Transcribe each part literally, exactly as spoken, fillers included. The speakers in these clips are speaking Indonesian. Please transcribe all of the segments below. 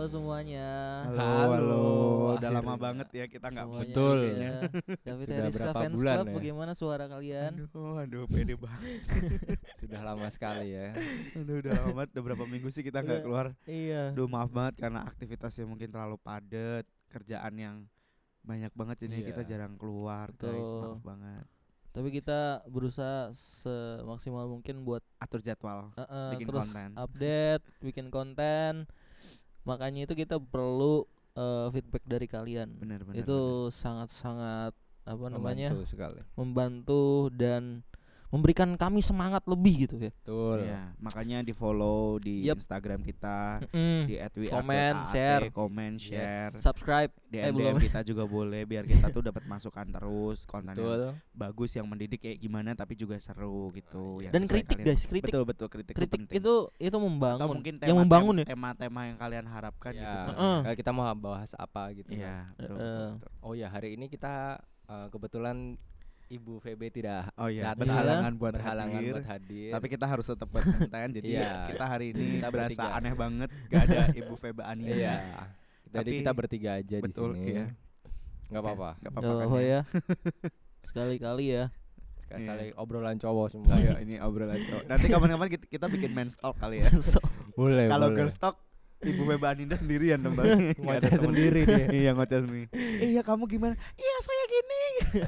semuanya. Halo, Halo. halo. Udah Akhirnya. lama banget ya kita nggak Semuanya Betul. juga. David Sudah Rizka berapa Fans bulan Club, ya? bagaimana suara kalian? Aduh, aduh, pede banget. Sudah lama sekali ya. Aduh, udah lama banget. Udah berapa minggu sih kita nggak Udah. keluar. Iya. Aduh, maaf banget karena aktivitasnya mungkin terlalu padat, kerjaan yang banyak banget jadi Iya. kita jarang keluar, guys. Betul. Maaf banget. Tapi kita berusaha semaksimal mungkin buat Atur jadwal. uh, uh, Bikin terus konten. update, bikin konten. Makanya itu kita perlu uh, feedback dari kalian. Benar, benar. Itu sangat-sangat apa namanya? Membantu sekali. Membantu dan memberikan kami semangat lebih gitu ya. Betul. Iya, makanya di follow di Yup. Instagram kita Mm. di at we are Komen, dot a a t, share. komen, share. Subscribe. D Eh, M D belum. M kita juga boleh biar kita tuh dapat masukan terus, konten yang Betul. bagus yang mendidik kayak gimana tapi juga seru gitu. Yang Dan sesuai kritik kalian. guys, kritik. Betul betul kritik, Kritik penting. itu itu Atau membangun. mungkin Yang membangun ya. tema-tema yang kalian harapkan gitu. Ya, Heeh. kayak kita mau bahas apa gitu. Iya, betul, Heeh. betul, betul. Oh ya, hari ini kita uh, kebetulan Ibu V B tidak Oh iya, datang. berhalangan buat berhalangan hadir. buat hadir. Tapi kita harus tetap buat konten. Jadi Iya. kita hari ini Kita berasa bertiga. aneh banget gak ada Ibu Feba Anina. Iya. Jadi Tapi- kita bertiga aja di Betul, sini. iya. Enggak apa-apa. Gak Gak apa-apa kan apa-apa ya. ya. Sekali-kali ya. Kayak Iya. saling obrolan cowok semua. Ayo ini obrolan cowok. Nanti kapan-kapan kita, kita bikin men's talk kali ya. So, Boleh, Kalau boleh. girls talk Ibu Feba Aninda sendirian dong Bang. Nggak ada Ngoceh temen. sendiri dia. Iya ngoceh sendiri. Iya kamu gimana? Iya saya gini.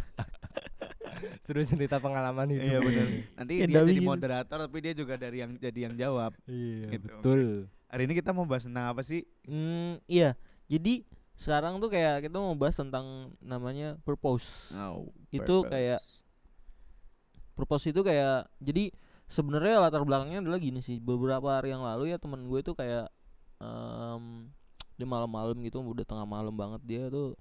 Terus cerita pengalaman hidup. Iya benar. Nanti Ya, dia jadi dawingin. moderator tapi dia juga dari yang jadi yang jawab. Iya, Gitu. betul. Hari ini kita mau bahas tentang apa sih? mm, iya. Jadi sekarang tuh kayak kita mau bahas tentang namanya purpose. Oh, Itu purpose. kayak Purpose itu kayak jadi sebenarnya latar belakangnya adalah gini sih. Beberapa hari yang lalu ya teman gue tuh kayak em di malam-malam gitu, udah tengah malam banget, dia tuh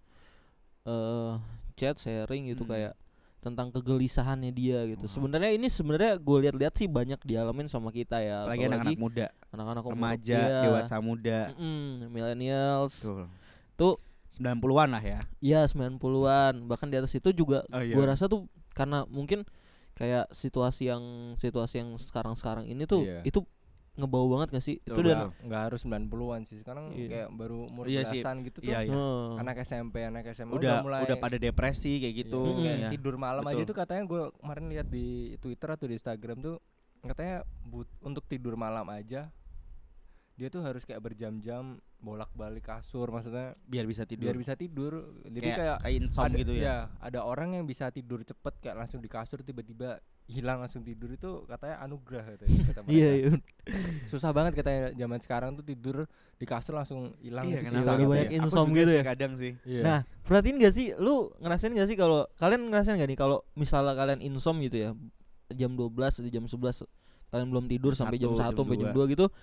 eh chat sharing gitu Hmm. kayak tentang kegelisahannya dia gitu. Wow. Sebenarnya ini sebenarnya gue lihat-lihat sih banyak dialamin sama kita ya, apalagi anak-anak muda, anak-anak umur- remaja, iya. dewasa muda. Mm-mm, millennials. Betul. Tuh sembilan puluhan lah ya. ya sembilan puluhan bahkan di atas itu juga. Oh, iya. Gue rasa tuh karena mungkin kayak situasi yang situasi yang sekarang-sekarang ini tuh Iya. itu ngebawa banget gak sih? Betul, Itu dan betul. Enggak harus sembilan puluhan sih. Sekarang Iya. kayak baru umur Iya sih. belasan gitu tuh. Iya, iya. Heeh. Anak S M P, anak S M A Udah mulai udah pada depresi kayak gitu. Iya, Mm-mm. kayak Iya. tidur malam aja Betul. tuh katanya, gue kemarin lihat di Twitter atau di Instagram tuh katanya but, untuk tidur malam aja dia tuh harus kayak berjam-jam bolak-balik kasur, maksudnya Biar bisa tidur. biar bisa tidur. Jadi kayak kayak kayak insomnia ada, gitu ya. ya, ada orang yang bisa tidur cepet kayak langsung di kasur tiba-tiba hilang langsung tidur, itu katanya anugerah katanya, kata mereka. Iya, iya. Susah banget katanya zaman sekarang tuh tidur di kasur langsung hilang. Iya, itu kenapa susah Ada gitu banyak katanya. ya? Aku insom juga gitu sih ya? kadang sih. Iya. Nah, perhatiin gak sih lu ngerasain gak sih kalau kalian ngerasain gak nih kalau misalnya kalian insom gitu ya, jam dua belas atau jam sebelas kalian belum tidur sampai jam Satu, satu jam sampai jam dua. dua gitu,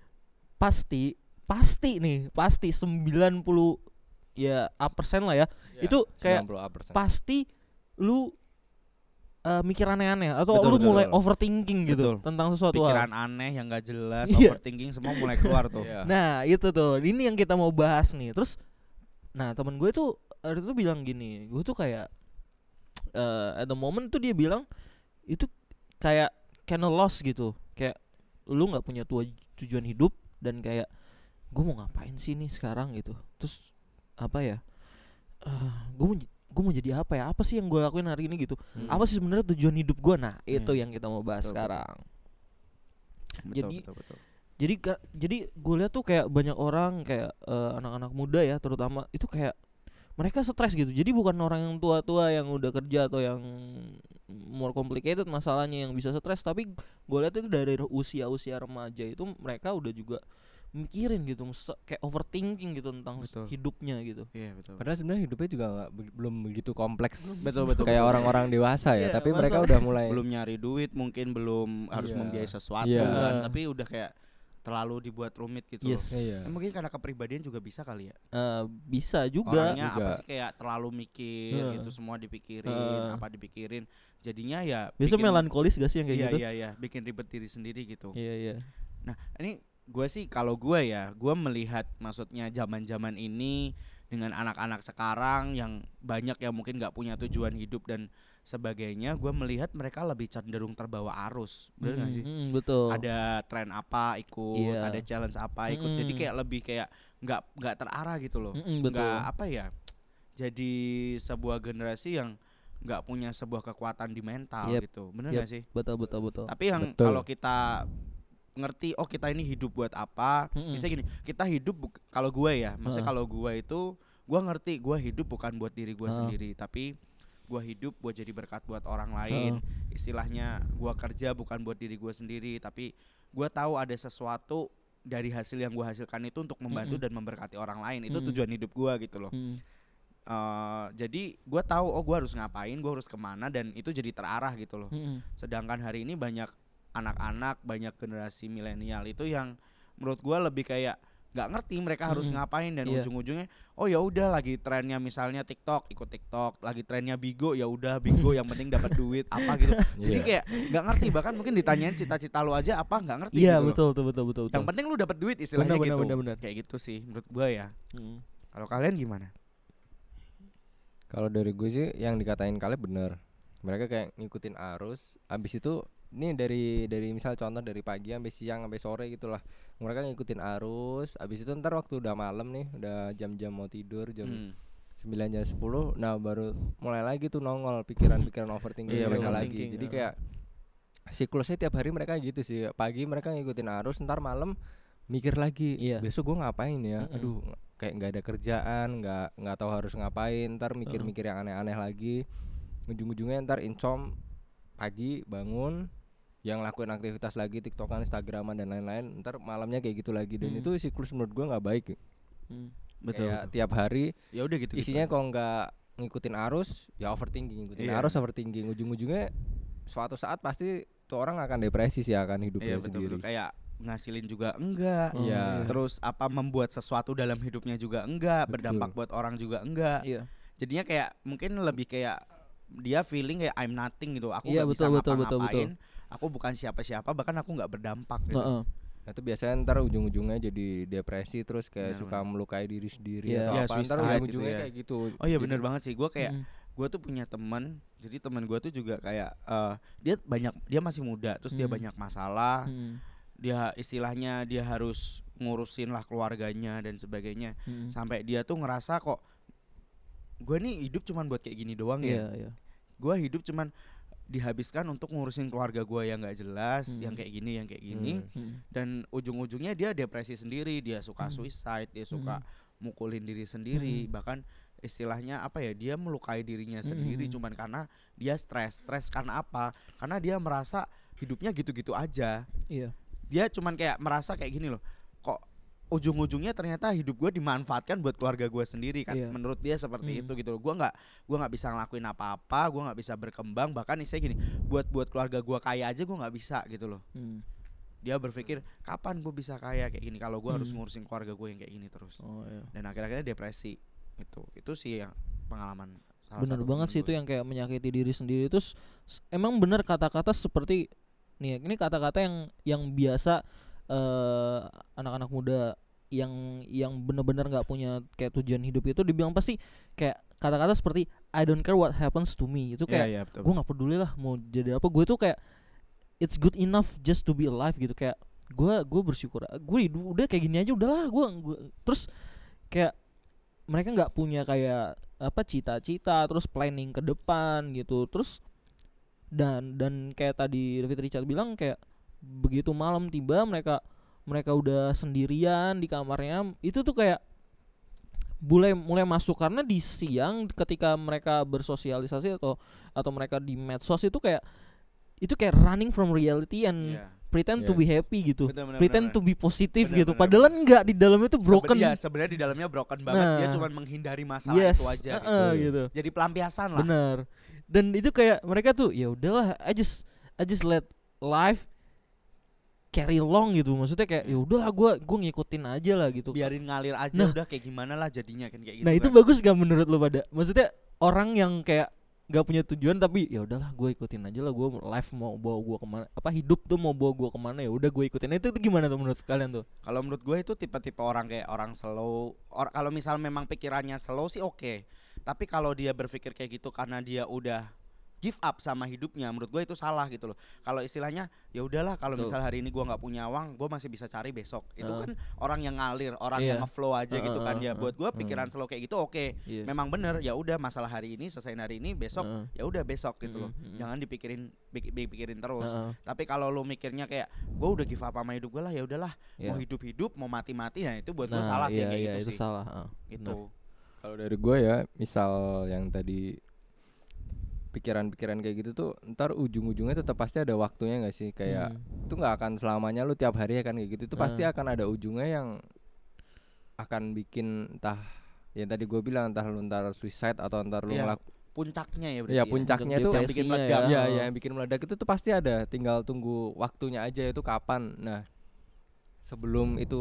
pasti pasti nih, pasti sembilan puluh ya a persen lah ya. Ya, itu kayak sembilan puluh persen. Pasti lu eh, mikir aneh-aneh atau Betul, lu betul, mulai betul. overthinking gitu Betul. tentang sesuatu Pikiran hal. aneh yang gak jelas, Iya. overthinking semua mulai keluar tuh. Iya. Nah, itu tuh. Ini yang kita mau bahas nih. Terus nah, temen gue tuh waktu itu bilang gini, gue tuh kayak eh at the moment tuh dia bilang itu kayak kinda lost gitu. Kayak lu nggak punya tua- tujuan hidup dan kayak gue mau ngapain sih nih sekarang gitu. Terus apa ya? Eh gue mau gue mau jadi apa ya? Apa sih yang gue lakuin hari ini gitu? Hmm. Apa sih sebenarnya tujuan hidup gue? Nah, itu Iya. yang kita mau bahas Betul, betul. sekarang. Betul, Jadi- betul, betul. Jadi ka- jadi gue lihat tuh kayak banyak orang kayak eh, anak-anak muda ya terutama itu kayak mereka stres gitu. Jadi bukan orang yang tua-tua yang udah kerja atau yang more complicated masalahnya yang bisa stres, tapi gue lihat itu dari usia-usia remaja itu mereka udah juga mikirin gitu, se- kayak overthinking gitu tentang Betul. hidupnya gitu. Iya, betul. Padahal sebenarnya hidupnya juga nggak be- belum begitu kompleks. Betul, betul. Kayak betul. orang-orang dewasa ya, Iya, tapi mereka masa- udah mulai belum nyari duit, mungkin belum harus Iya. membiayai sesuatu Iya. kan, tapi udah kayak terlalu dibuat rumit gitu Yes. loh. Iya. Eh, mungkin karena kepribadian juga bisa kali ya. Eh, bisa juga. Orangnya Juga. apa sih kayak terlalu mikir Heeh. gitu, semua dipikirin, Heeh. apa dipikirin. Jadinya ya Biasa bikin- melankolis gak sih yang kayak iya, gitu? iya, iya, bikin ribet diri sendiri gitu. Iya, iya. Nah, ini gue sih kalau gue ya, gue melihat maksudnya zaman-zaman ini dengan anak-anak sekarang yang banyak yang mungkin nggak punya tujuan hidup dan sebagainya, gue melihat mereka lebih cenderung terbawa arus, bener nggak Mm, sih? mm, betul. Ada tren apa ikut, Iya. ada challenge apa ikut, jadi Mm. kayak lebih kayak nggak nggak terarah gitu loh, Mm-mm, betul. nggak apa ya, jadi sebuah generasi yang nggak punya sebuah kekuatan di mental Yep. gitu, bener Yep. nggak sih? Betul betul betul. Tapi yang Betul. kalau kita ngerti, oh kita ini hidup buat apa, Mm-mm. misalnya gini, kita hidup buk- kalau gue ya, maksudnya Heeh. kalau gue itu, gue ngerti gue hidup bukan buat diri gue Heeh. sendiri, tapi gue hidup buat jadi berkat buat orang lain. Istilahnya gue kerja bukan buat diri gue sendiri, tapi gue tahu ada sesuatu dari hasil yang gue hasilkan itu untuk membantu Mm-mm. dan memberkati orang lain. Itu Mm-mm. tujuan hidup gue gitu loh. Mm. Uh, jadi gue tahu, oh gue harus ngapain, gue harus kemana, dan itu jadi terarah gitu loh. Mm-mm. Sedangkan hari ini banyak anak-anak, banyak generasi milenial itu yang menurut gue lebih kayak nggak ngerti mereka harus Mm-mm. ngapain, dan Iya. ujung-ujungnya oh ya udah, lagi trennya misalnya TikTok ikut TikTok, lagi trennya Bigo ya udah Bigo, yang penting dapat duit apa gitu. Jadi Iya. kayak nggak ngerti, bahkan mungkin ditanyain cita-cita lu aja apa nggak ngerti Iya gitu loh. betul betul betul betul. Yang penting lu dapat duit istilahnya Benar, gitu. benar, benar, benar. Kayak gitu sih menurut gue ya. Mm. Kalau kalian gimana? Kalau dari gue sih yang dikatain kalian bener. Mereka kayak ngikutin arus. Abis itu ini dari dari misal contoh dari pagi sampai siang sampai sore gitulah. Mereka ngikutin arus. Abis itu ntar waktu udah malam nih, udah jam-jam mau tidur, jam Hmm. sembilan jam sepuluh, nah baru mulai lagi tuh nongol pikiran-pikiran overthinking Iya, mereka benar. lagi. Overthinking, Jadi ya. kayak siklusnya tiap hari mereka gitu sih. Pagi mereka ngikutin arus, ntar malam mikir lagi, Iya. besok gue ngapain ya? Mm-mm. Aduh, kayak nggak ada kerjaan, nggak nggak tahu harus ngapain. Ntar mikir-mikir yang aneh-aneh lagi. Ujung-ujungnya ntar incom pagi bangun, yang lakuin aktivitas lagi, tiktokan, instagraman dan lain-lain. Ntar malamnya kayak gitu lagi, dan Hmm. itu siklus menurut gue nggak baik. Mm. Betul, Kayak betul. tiap hari Ya udah gitu. isinya kalau nggak ngikutin arus ya overthinking, ngikutin Iya. arus overthinking, ujung-ujungnya suatu saat pasti tuh orang akan depresi sih, akan hidupnya Iya betul, sendiri. betul. Kayak ngasilin juga enggak. Oh, Iya. Terus apa membuat sesuatu dalam hidupnya juga enggak, Betul. berdampak buat orang juga enggak. Iya. Jadinya kayak mungkin lebih kayak dia feeling kayak I'm nothing gitu. Aku Iya, nggak bisa betul, betul, betul, ngapa-ngapain. Aku bukan siapa-siapa, bahkan aku nggak berdampak gitu. Heeh. Nah, itu biasanya ntar ujung-ujungnya jadi depresi, terus kayak Benar, suka melukai diri sendiri Iya. atau Iya, apa, ntar suicide ujung-ujungnya gitu ya. kayak gitu. Oh iya Jadi- benar banget sih. Gue kayak Mm. gue tuh punya teman. Jadi teman gue tuh juga kayak eh, dia banyak, dia masih muda, terus dia Hmm. banyak masalah. Mm. Dia istilahnya dia harus ngurusin lah keluarganya dan sebagainya. Mm. Sampai dia tuh ngerasa kok gue nih hidup cuman buat kayak gini doang Iya, ya. iya. Gue hidup cuman dihabiskan untuk ngurusin keluarga gue yang nggak jelas, Hmm. yang kayak gini, yang kayak gini. Hmm. Mm. Dan ujung-ujungnya dia depresi sendiri, dia suka Hmm. suicide, dia suka mukulin diri sendiri, Hmm. bahkan istilahnya apa ya, dia melukai dirinya sendiri Hmm. cuman karena dia stres. Stres karena apa? Karena dia merasa hidupnya gitu-gitu aja. Iya. Dia cuman kayak merasa kayak gini loh, kok ujung-ujungnya ternyata hidup gue dimanfaatkan buat keluarga gue sendiri kan. Iya. Menurut dia seperti Hmm. itu gitu loh. Gue nggak gue nggak bisa ngelakuin apa-apa, gue nggak bisa berkembang, bahkan istilahnya gini, buat buat keluarga gue kaya aja gue nggak bisa gitu loh. Mm. Dia berpikir kapan gue bisa kaya kayak gini kalau gue harus Hmm. ngurusin keluarga gue yang kayak gini terus. Oh iya. Dan akhir-akhirnya depresi. Itu itu sih yang pengalaman salah Bener satu banget temen sih gue. itu yang kayak menyakiti diri sendiri. Terus s- emang bener kata-kata seperti nih, ini kata-kata yang yang biasa eh, anak-anak muda yang yang bener-bener nggak punya kayak tujuan hidup itu dibilang pasti kayak kata-kata seperti I don't care what happens to me. Itu Iya, kayak iya, betul. gue nggak peduli lah mau jadi apa, gue tuh kayak it's good enough just to be alive gitu. Kayak gue gue bersyukur gue hidup udah kayak gini aja udahlah. Gue gue terus kayak mereka nggak punya kayak apa cita-cita, terus planning ke depan gitu. Terus dan dan kayak tadi David Richard bilang, kayak begitu malam tiba mereka mereka udah sendirian di kamarnya, itu tuh kayak mulai mulai masuk, karena di siang ketika mereka bersosialisasi atau atau mereka di medsos itu kayak itu kayak running from reality and Iya. pretend to be Yes. happy gitu, Bener, bener, pretend bener, to be positif Bener, gitu, bener, padahal bener. enggak, di dalamnya tuh broken. Seben- iya, sebenarnya di dalamnya broken banget. Dia Nah. cuma menghindari masalah Yes, itu aja gitu. uh-uh, gitu. Jadi pelampiasan lah. Bener. Dan itu kayak mereka tuh ya udahlah, I just I just let life carry along gitu. Maksudnya kayak ya udahlah, gue gue ngikutin aja lah gitu. Biarin ngalir aja, Nah. udah kayak gimana lah jadinya kan kayak gitu. Nah itu kan. bagus gak menurut lo pada? Maksudnya orang yang kayak nggak punya tujuan tapi ya udahlah gue ikutin aja lah, gue life mau bawa gue kemana, apa hidup tuh mau bawa gue kemana ya udah gue ikutin. Nah, itu, itu gimana tuh menurut kalian tuh? Kalau menurut gue itu tipe-tipe orang kayak orang slow. Or, kalau misal memang pikirannya slow sih oke. Okay. Tapi kalau dia berpikir kayak gitu karena dia udah give up sama hidupnya, menurut gue itu salah gitu loh. Kalau istilahnya ya udahlah, kalau misal hari ini gue nggak punya uang, gue masih bisa cari besok. Itu Uh. kan orang yang ngalir, orang Iya. yang ngeflow aja Uh, gitu uh, kan. uh, Ya uh, buat gue uh. pikiran slow kayak gitu oke. Okay. Iya. Memang bener, ya udah masalah hari ini selesaiin hari ini, besok Uh. ya udah besok gitu loh. Mm, mm, mm. Jangan dipikirin pik- dipikirin terus. Uh, uh. Tapi kalau lu mikirnya kayak gue udah give up sama hidup gue lah, ya udahlah, Iya. mau hidup-hidup, mau mati-mati, nah itu buat gue Nah, salah sih iya, kayak iya, gitu itu sih. salah. Uh, Gitu. Kalau dari gue ya, misal yang tadi pikiran-pikiran kayak gitu tuh ntar ujung-ujungnya tetap pasti ada waktunya nggak sih, kayak Hmm. itu nggak akan selamanya lu tiap hari akan kayak gitu, itu pasti Nah. akan ada ujungnya yang akan bikin entah yang tadi gue bilang, entah lu ntar suicide atau ntar lu Iya, ngelak Puncaknya ya berarti. ya ya. puncaknya Untuk tuh yang bikin depresinya meledak. ya, Oh. ya yang bikin meledak itu tuh pasti ada, tinggal tunggu waktunya aja itu kapan. Nah, sebelum itu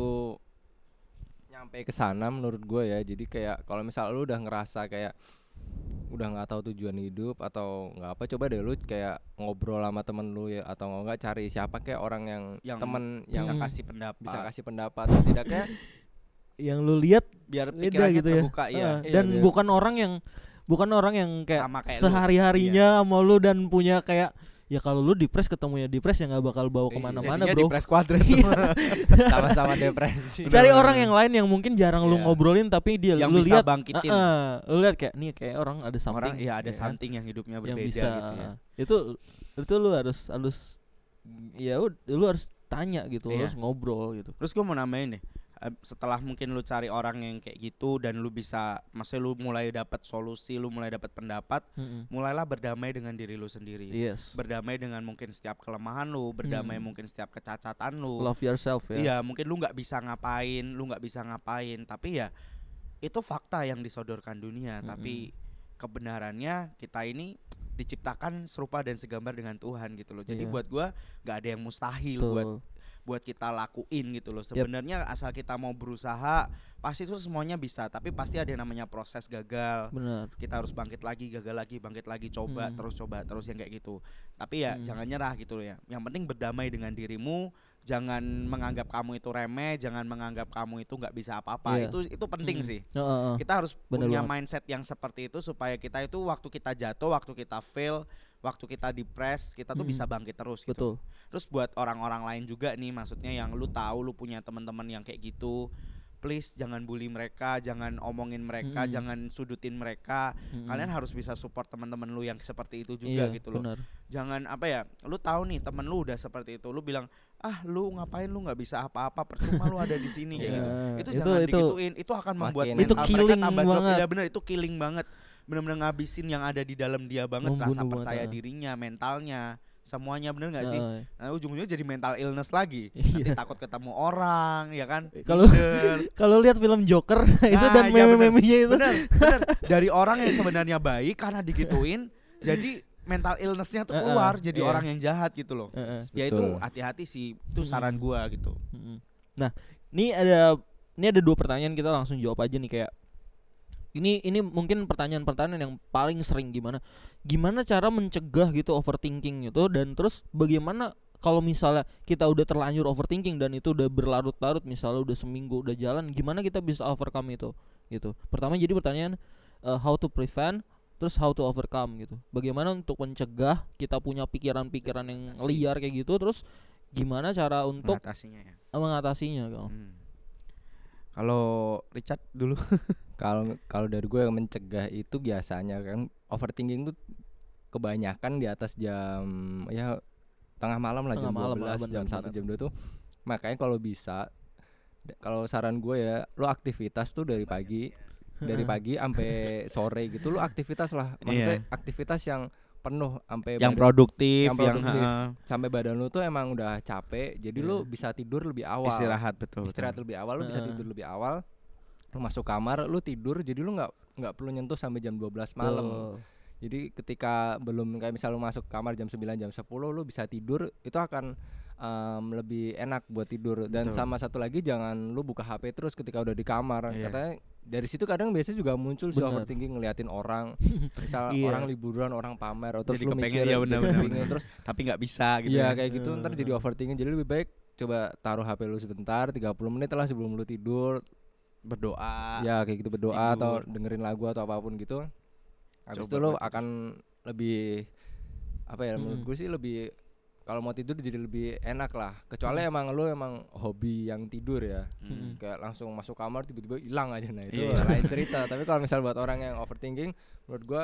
nyampe ke sana menurut gue ya, jadi kayak kalau misal lu udah ngerasa kayak udah nggak tahu tujuan hidup atau nggak apa, coba deh lu kayak ngobrol sama temen lu ya, atau nggak cari siapa kayak orang yang, Yang temen bisa yang kasih pendapat. bisa kasih pendapat setidaknya Yang lu lihat biar beda pikirannya gitu ya. terbuka ya. Ah, Iya, dan biar- bukan orang yang bukan orang yang kayak, Sama kayak lu. sehari-harinya sama lu dan punya kayak ya kalau lu depres ketemunya depres ya nggak bakal bawa Iya, kemana-mana Jadinya bro. di press quadrant. sama-sama depresi. Cari Bener, orang bener. yang lain yang mungkin jarang lu Iya. ngobrolin tapi dia Yang lu bisa lihat bangkitin. ah, ah, lu lihat kayak nih kayak orang ada something Orang ya ada ya kan, something yang hidupnya yang berbeda bisa gitu ya. itu itu lu harus harus ya ud- lu harus tanya gitu, lu Iya. harus ngobrol gitu. Terus gue mau nambahin deh, eh, setelah mungkin lu cari orang yang kayak gitu dan lu bisa, maksudnya lu mulai dapat solusi, lu mulai dapat pendapat, Mm-mm. mulailah berdamai dengan diri lu sendiri. Yes. Berdamai dengan mungkin setiap kelemahan lu, berdamai Hmm. mungkin setiap kecacatan lu. Love yourself ya. Iya, mungkin lu nggak bisa ngapain, lu nggak bisa ngapain, tapi ya itu fakta yang disodorkan dunia. Mm-mm. Tapi kebenarannya kita ini diciptakan serupa dan segambar dengan Tuhan gitu loh. Jadi Iya. buat gua nggak ada yang mustahil Betul. buat buat kita lakuin gitu loh. Sebenarnya asal kita mau berusaha, pasti itu semuanya bisa. Tapi pasti ada yang namanya proses gagal. Benar. Kita harus bangkit lagi, gagal lagi, bangkit lagi, coba Hmm. terus coba terus yang kayak gitu. Tapi ya Hmm. jangan nyerah gitu loh ya. Yang penting berdamai dengan dirimu, jangan menganggap kamu itu remeh, jangan menganggap kamu itu nggak bisa apa-apa. Iya. Itu itu penting Mm. sih. Heeh, heeh. Kita harus Bener punya banget. mindset yang seperti itu supaya kita itu waktu kita jatuh, waktu kita fail, waktu kita depres, kita tuh Mm. bisa bangkit terus gitu. Betul. Terus buat orang-orang lain juga nih, maksudnya yang lu tahu lu punya teman-teman yang kayak gitu, please jangan bully mereka, jangan omongin mereka, Mm-mm. jangan sudutin mereka. Mm-mm. Kalian harus bisa support teman-teman lu yang seperti itu juga Iya, gitu loh. benar. Jangan apa ya, lu tahu nih temen lu udah seperti itu, lu bilang ah lu ngapain, lu nggak bisa apa-apa, percuma lu ada di sini kayak Iya, gitu. Itu, itu- jangan itu- digituin, itu akan membuat Makin- mental Itu killing mereka tambah drop. banget. Ya bener, itu killing banget, bener-bener ngabisin yang ada di dalam dia banget, rasa Membunuh percaya banget, ah. dirinya, mentalnya, semuanya, bener nggak sih? Heeh. Nah ujung-ujungnya jadi mental illness lagi, nanti Iya. takut ketemu orang, ya kan? Kalau- Minder. Kalau lihat film Joker itu Nah, dan iya, meme-memenya itu. bener, bener. Dari orang yang sebenarnya baik karena digituin, jadi mental illness-nya tuh Heeh, keluar, jadi iya. orang yang jahat gitu loh. Heeh. Ya itu Betul. hati-hati sih, itu saran Mm-mm. gua gitu. Mm-mm. Nah, ini ada ini ada dua pertanyaan, kita langsung jawab aja nih kayak ini ini mungkin pertanyaan-pertanyaan yang paling sering, gimana gimana cara mencegah gitu overthinking gitu, dan terus bagaimana kalau misalnya kita udah terlanjur overthinking dan itu udah berlarut-larut, misalnya udah seminggu udah jalan, gimana kita bisa overcome itu gitu. Pertama jadi pertanyaan uh, how to prevent, terus how to overcome gitu. Bagaimana untuk mencegah kita punya pikiran-pikiran yang Mengatasi. liar kayak gitu, terus gimana cara untuk Mengatasinya ya. mengatasinya gitu. Hmm. Kalau Richard dulu. Kalau kalau dari gue yang mencegah itu biasanya kan overthinking tuh kebanyakan di atas jam ya tengah malam lah, Tengah jam malam, dua belas, ah, bener, jam satu, bener. jam dua tuh. Makanya kalau bisa d- kalau saran gue ya, lu aktivitas tuh dari pagi dari pagi sampai sore gitu, lu aktivitas lah. Maksudnya Iya. aktivitas yang penuh sampai Yang badan- produktif, yang yang, produktif. heeh, sampai badan lu tuh emang udah capek, jadi lu Iya. bisa tidur lebih awal. istirahat betul. Istirahat betul. lebih awal, lu bisa Heeh. tidur lebih awal. Lu masuk kamar, lu tidur, jadi lu nggak nggak perlu nyentuh sampai jam dua belas malam. Tuh. Jadi ketika belum kayak misal lu masuk kamar jam sembilan, jam sepuluh, lu bisa tidur, itu akan em, lebih enak buat tidur. Dan Betul. sama satu lagi, jangan lu buka H P terus ketika udah di kamar. Iya. Katanya dari situ kadang biasanya juga muncul si Bener. overthinking ngeliatin orang, misal Iya. orang liburan, orang pamer, terus Jadi lu kepengen, mikir, ya jadi bener-bener. kepingin, terus Tapi nggak bisa gitu. iya ya. kayak gitu ntar jadi overthinking. Jadi lebih baik coba taruh H P lu sebentar, tiga puluh menit lah sebelum lu tidur. Berdoa. Ya kayak gitu berdoa atau tidur. dengerin lagu atau apapun gitu. Habis Coba itu lu buat itu. akan lebih apa ya, menurut Mm. gue sih lebih kalau mau tidur jadi lebih enak lah. Kecuali Mm. emang lu emang hobi yang tidur ya. Hmm. Kayak langsung masuk kamar tiba-tiba hilang aja, nah itu Iya. lain cerita. Tapi kalau misal buat orang yang overthinking, menurut gua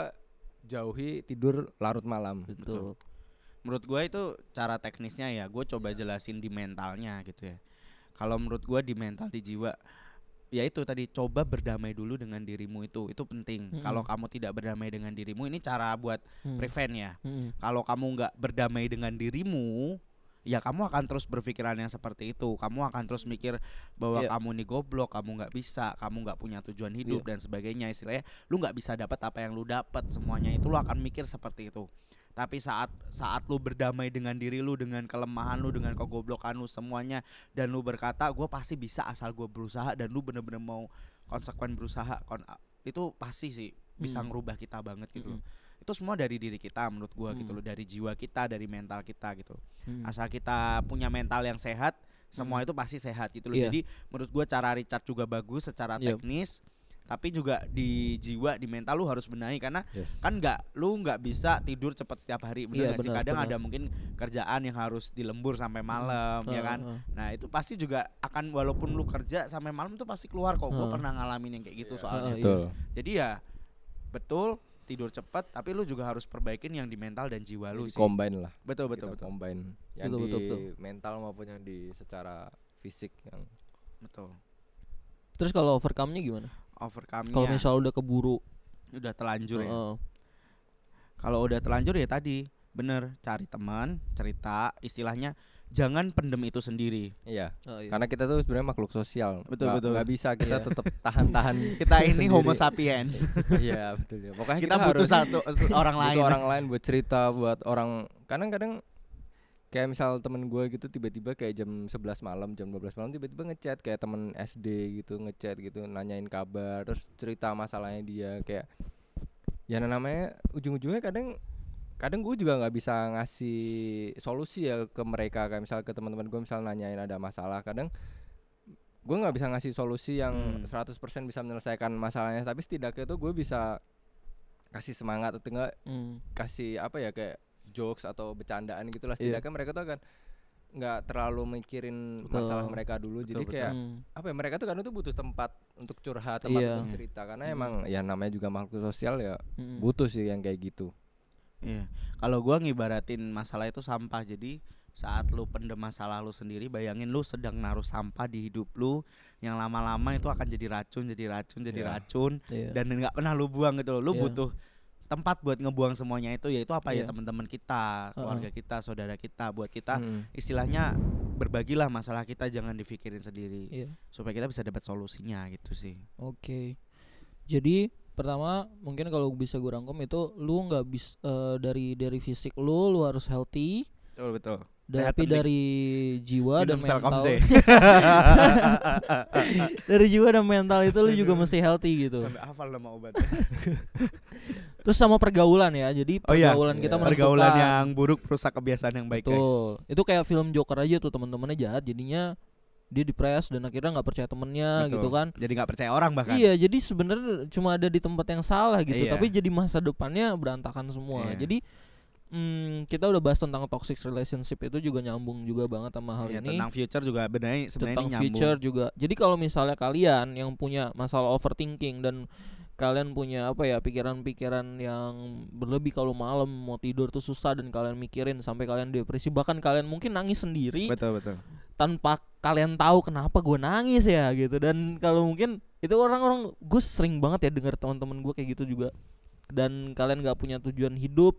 jauhi tidur larut malam. Betul. Menurut gue itu cara teknisnya ya, gue coba jelasin di mentalnya gitu ya. Kalau menurut gue di mental, di jiwa, ya itu tadi, coba berdamai dulu dengan dirimu, itu itu penting. Mm-mm. Kalau kamu tidak berdamai dengan dirimu, ini cara buat Hmm. prevent ya. Hmm. Kalau kamu nggak berdamai dengan dirimu, ya kamu akan terus berpikiran yang seperti itu. Kamu akan terus mikir bahwa Iya. kamu nih goblok, kamu nggak bisa, kamu nggak punya tujuan hidup dan sebagainya. Istilahnya lu nggak bisa dapat apa yang lu dapat, semuanya itu lu akan mikir seperti itu. Tapi saat saat lu berdamai dengan diri lu, dengan kelemahan lu, dengan kegoblokan lu semuanya, dan lu berkata gue pasti bisa asal gue berusaha, dan lu bener-bener mau konsekuen berusaha, kon- itu pasti sih bisa Hmm. ngerubah kita banget gitu. Mm-mm. Itu semua dari diri kita menurut gua gitu Hmm. loh, dari jiwa kita, dari mental kita gitu. Hmm. Asal kita punya mental yang sehat, semua Hmm. itu pasti sehat gitu loh. Iya. Jadi menurut gua cara Richard juga bagus secara Yep. teknis, tapi juga di jiwa, di mental lu harus benahi, karena Yes. kan nggak, lu nggak bisa tidur cepat setiap hari, bener Iya, nggak sih? benar, Kadang benar. ada mungkin kerjaan yang harus dilembur sampai malam, ya Heeh, kan? heeh. Nah itu pasti juga akan, walaupun lu kerja sampai malam tuh pasti keluar kok. Gua Heeh. pernah ngalamin yang kayak gitu Iya. soalnya. Heeh, iya. Betul. Jadi ya betul, tidur cepat, tapi lu juga harus perbaikin yang di mental dan jiwa lu Jadi sih. combine lah. Betul betul Kita betul. combine yang Betul, di betul, betul. mental maupun yang di secara fisik yang Betul. Terus kalau overcome-nya gimana? Overcome-nya Kalau misal udah keburu, udah telanjur ya. heeh. Kalau udah telanjur ya tadi, bener, cari teman, cerita, istilahnya jangan pendem itu sendiri. iya. Oh, iya. Karena kita tuh sebenarnya makhluk sosial. Betul, Nggak- betul. nggak bisa kita Iya. tetap tahan-tahan. Kita ini sendiri. homo sapiens. Iya, betul ya. Pokoknya Kita kita, butuh harus satu orang lain. butuh orang lain buat cerita, buat orang. Kadang-kadang kayak misal temen gue gitu tiba-tiba kayak jam sebelas malam, jam dua belas malam tiba-tiba ngechat kayak temen S D gitu, ngechat gitu, nanyain kabar, terus cerita masalahnya dia kayak ya namanya ujung-ujungnya kadang kadang gue juga nggak bisa ngasih solusi ya ke mereka, kayak misal ke teman-teman gue misal nanyain ada masalah, kadang gue nggak bisa ngasih solusi yang Hmm. seratus persen bisa menyelesaikan masalahnya, tapi setidaknya tuh gue bisa kasih semangat atau enggak Hmm. kasih apa ya kayak jokes atau bercandaan gitulah, Iya. setidaknya mereka tuh akan nggak terlalu mikirin Betul. masalah mereka dulu. Betul, Jadi betul. kayak Hmm. apa ya, mereka tuh kadang tuh butuh tempat untuk curhat, tempat Iya. untuk cerita, karena Hmm. emang ya namanya juga makhluk sosial ya, Hmm. butuh sih yang kayak gitu. Iya. Kalau gua ngibaratin masalah itu sampah. Jadi saat lu pendem masalah lu sendiri, bayangin lu sedang naruh sampah di hidup lu yang lama-lama itu akan jadi racun, jadi racun, jadi Iya. racun, Iya. dan nggak pernah lu buang gitu loh. Lu Iya. butuh tempat buat ngebuang semuanya itu, yaitu apa ya, Iya. teman-teman kita, Heeh. keluarga kita, saudara kita, buat kita Hmm. istilahnya berbagilah masalah kita, jangan dipikirin sendiri, Iya. supaya kita bisa dapat solusinya gitu sih. Oke. Jadi pertama mungkin kalau bisa gue rangkum itu lu nggak bis eh, dari dari fisik lu lu harus healthy, Betul betul. tapi dari jiwa dan Minum Selcom mental. C. Dari jiwa dan mental itu lu juga mesti healthy gitu. Sampai hafal nama obatnya. Terus sama pergaulan ya. Jadi Oh iya, pergaulan kita iya. menentukan. Pergaulan yang buruk merusak kebiasaan yang baik, guys. Betul. Itu kayak film Joker aja tuh, teman-temannya jahat jadinya dia depres dan akhirnya nggak percaya temennya Betul. gitu kan. Jadi nggak percaya orang bahkan. Iya, jadi sebenarnya cuma ada di tempat yang salah gitu, Iya. tapi jadi masa depannya berantakan semua. Iya. Jadi hmm, kita udah bahas tentang toxic relationship, itu juga nyambung juga banget sama hal Iya, ini. tentang future juga benar, sebenarnya Tentang ini nyambung. future juga. Jadi kalau misalnya kalian yang punya masalah overthinking dan kalian punya apa ya pikiran-pikiran yang berlebih kalau malam mau tidur tuh susah dan kalian mikirin sampai kalian depresi, bahkan kalian mungkin nangis sendiri Betul betul. tanpa kalian tahu kenapa gue nangis ya gitu. Dan kalau mungkin itu orang-orang, gue sering banget ya dengar teman-teman gue kayak gitu juga. Dan kalian nggak punya tujuan hidup,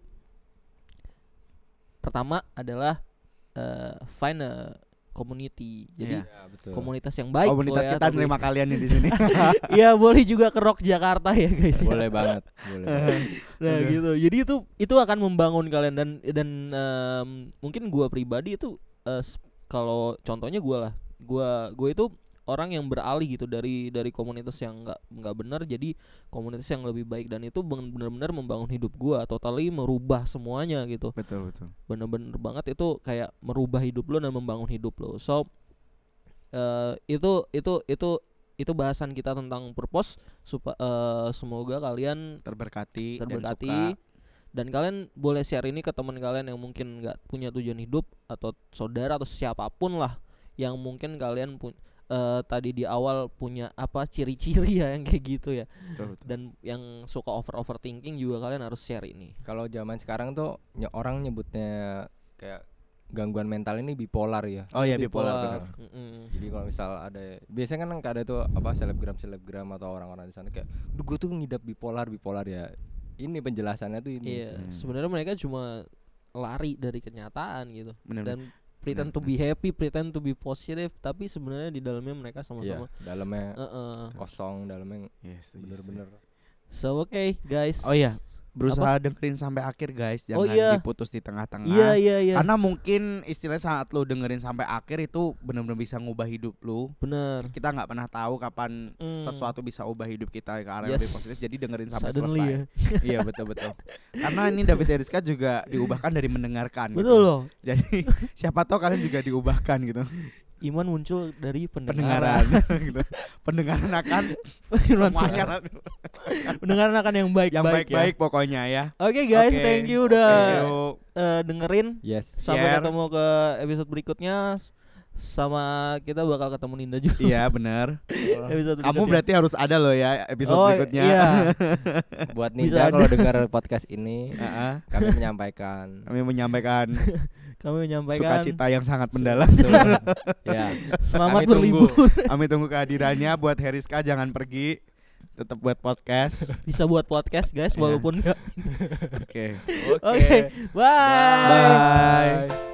pertama adalah uh, find a community. Jadi Iya. Ya, betul. komunitas yang baik. Komunitas Boy, ya, kita tapi- nerima kalian nih di sini. Iya, boleh juga ke Rock Jakarta ya guys ya. Boleh banget, boleh. banget. Nah Udah. gitu. Jadi itu itu akan membangun kalian dan dan em, mungkin gua pribadi itu eh, s- kalau contohnya gua lah. Gua gua itu orang yang beralih gitu dari dari komunitas yang nggak nggak benar jadi komunitas yang lebih baik, dan itu benar-benar membangun hidup gua, totally merubah semuanya gitu. Betul betul. Bener-bener banget itu kayak merubah hidup lo dan membangun hidup lo. So uh, itu itu itu itu bahasan kita tentang purpose. Supa, uh, semoga kalian Terberkati, terberkati dan suka. dan kalian boleh share ini ke teman kalian yang mungkin nggak punya tujuan hidup, atau saudara atau siapapun lah yang mungkin kalian punya uh, tadi di awal punya apa ciri-ciri ya yang kayak gitu ya. Betul, betul. Dan yang suka over overthinking juga kalian harus share ini. Kalau zaman sekarang tuh ny- orang nyebutnya kayak gangguan mental ini bipolar ya. Oh iya bipolar, benar. Mm-mm. Jadi kalau misal ada, biasanya kan ada tuh apa selebgram selebgram atau orang-orang di sana kayak, "Duh, gue tuh ngidap bipolar bipolar ya." Ini penjelasannya tuh ini. Iya, Hmm. sebenarnya mereka cuma lari dari kenyataan gitu. Benar. Dan pretend Benar, to be happy, pretend to be positive, tapi sebenarnya di dalamnya mereka Iya, sama-sama. dalamnya Uh-uh. kosong, dalamnya Yes, bener-bener. So oke okay, guys. Oh iya, berusaha dengerin sampai akhir guys, jangan Oh iya. diputus di tengah-tengah. Iya iya iya. Karena mungkin istilahnya saat lu dengerin sampai akhir itu benar-benar bisa ngubah hidup lu. Bener. Kita nggak pernah tahu kapan Hmm. sesuatu bisa ubah hidup kita ke arah yang lebih Yes. positif. Jadi dengerin sampai Suddenly selesai. ya. Iya betul betul. Karena ini David Eriska juga diubahkan dari mendengarkan. Betul gitu. loh. Jadi siapa tahu kalian juga diubahkan gitu. Iman muncul dari pendengaran. Pendengaran gitu. Pendengaran akan semuanya Pendengaran akan yang baik-baik yang ya. baik-baik pokoknya ya. Oke guys, Oke. thank you udah Thank you. uh, dengerin. Yes. Sampai Share. ketemu ke episode berikutnya. Sama kita bakal ketemu Ninda juga. Iya benar. Episode Kamu berikutnya. berarti harus ada loh ya episode Oh, berikutnya. Iya. Buat Bisa Ninda kalau ada. dengar podcast ini, Heeh. kami menyampaikan Kami menyampaikan Kami menyampaikan sukacita yang sangat mendalam. Betul. Ya. selamat Kami tunggu. berlibur. Kami tunggu kehadirannya. Buat Heriska jangan pergi, tetap buat podcast. Bisa buat podcast guys Iya. walaupun enggak. Oke. Oke. Bye. Bye.